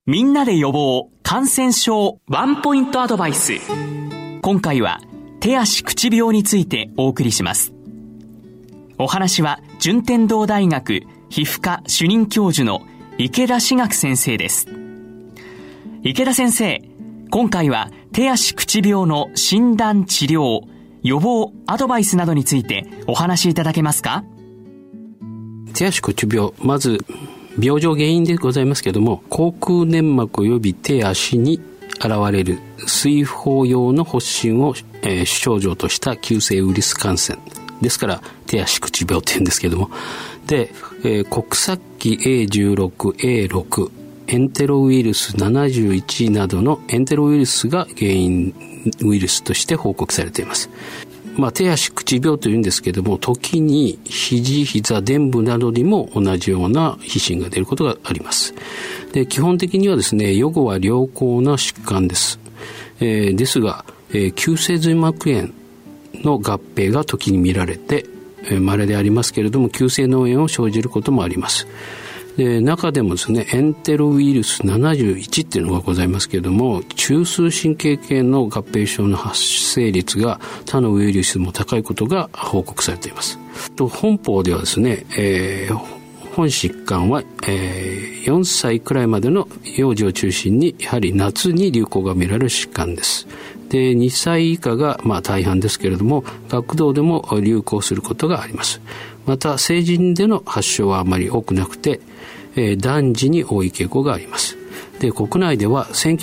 みんなで予防感染症ワンポイントアドバイス。今回は手足口病についてお送りします。お話は順天堂大学皮膚科主任教授の池田志学先生です。池田先生、今回は手足口病の診断、治療、予防、アドバイスなどについてお話しいただけますか？ 手足口病、まず病状原因でございますけれども、口腔粘膜及び手足に現れる水疱用の発疹を、主症状とした急性ウイルス感染ですから手足口病って言うんですけれども、で、国際期 A16、A6、エンテロウイルス71などのエンテロウイルスが原因ウイルスとして報告されています。手足口病というんですけれども、時に肘、膝、臀部などにも同じような皮疹が出ることがあります。で、基本的にはですね、予後は良好な疾患です。ですが、急性髄膜炎の合併が時に見られて、稀でありますけれども、急性脳炎を生じることもあります。で、中でもですね、エンテロウイルス71っていうのがございますけれども、中枢神経系の合併症の発生率が他のウイルスも高いことが報告されています。本邦ではですね、本疾患は、4歳くらいまでの幼児を中心にやはり夏に流行が見られる疾患です。で、2歳以下が大半ですけれども、学童でも流行することがあります。また成人での発症はあまり多くなくて、男児に多い傾向があります。で、国内では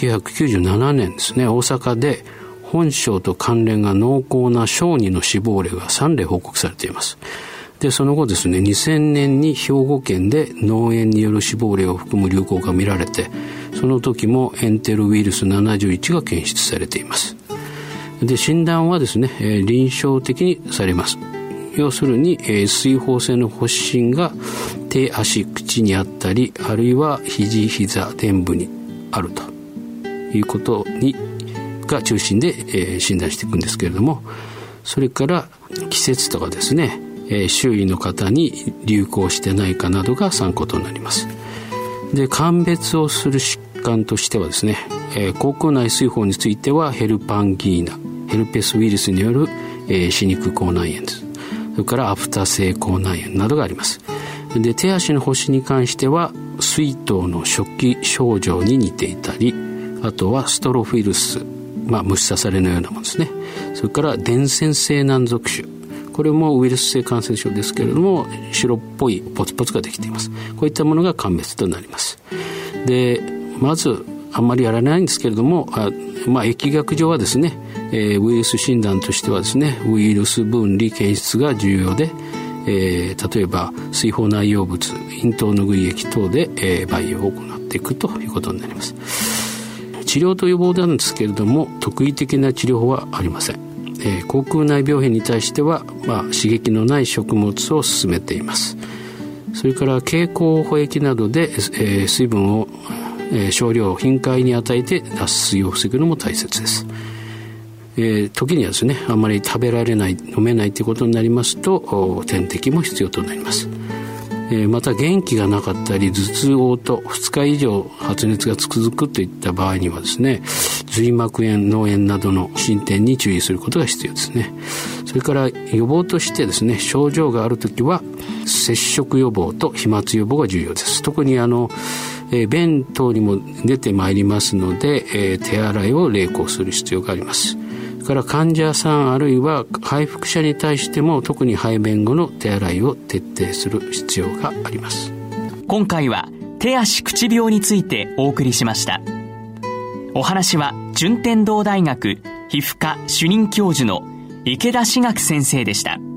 1997年ですね、大阪で本症と関連が濃厚な小児の死亡例が3例報告されています。で、その後ですね、2000年に兵庫県で脳炎による死亡例を含む流行が見られて、その時もエンテロウイルス71が検出されています。で、診断はですね、臨床的にされます。要するに、水疱性の発疹が手足口にあったり、あるいは肘膝臀部にあるということが中心で、診断していくんですけれども、それから季節とかですね、周囲の方に流行してないかなどが参考となります。で、鑑別をする疾患としてはですね、口腔内水疱についてはヘルパンギーナ、ヘルペスウイルスによる、歯肉口内炎です。それからアフタ性口内炎などがあります。で、手足の発疹に関しては水痘の初期症状に似ていたり、あとはストロフィルス、虫刺されのようなものですね。それから伝染性軟属種、これもウイルス性感染症ですけれども、白っぽいポツポツができています。こういったものが鑑別となります。で、まずあんまりやらないんですけれども、疫学上はですね、ウイルス診断としてはですね、ウイルス分離検出が重要で、例えば水疱内容物、咽頭拭い液等で、培養を行っていくということになります。治療と予防なんですけれども、特異的な治療法はありません。口腔内病変に対しては、刺激のない食物を勧めています。それから経口補液などで、水分を、少量頻回に与えて脱水を防ぐのも大切です。時にはですね、あまり食べられない、飲めないということになりますと、点滴も必要となります。また元気がなかったり、頭痛、嘔吐、2日以上発熱が続くといった場合にはですね、髄膜炎、脳炎などの進展に注意することが必要ですね。それから予防としてですね、症状があるときは接触予防と飛沫予防が重要です。特に便等にも出てまいりますので、手洗いを励行する必要があります。それから患者さんあるいは回復者に対しても、特に排便後の手洗いを徹底する必要があります。 今回は手足口病についてお送りしました。お話は順天堂大学皮膚科主任教授の池田志学先生でした。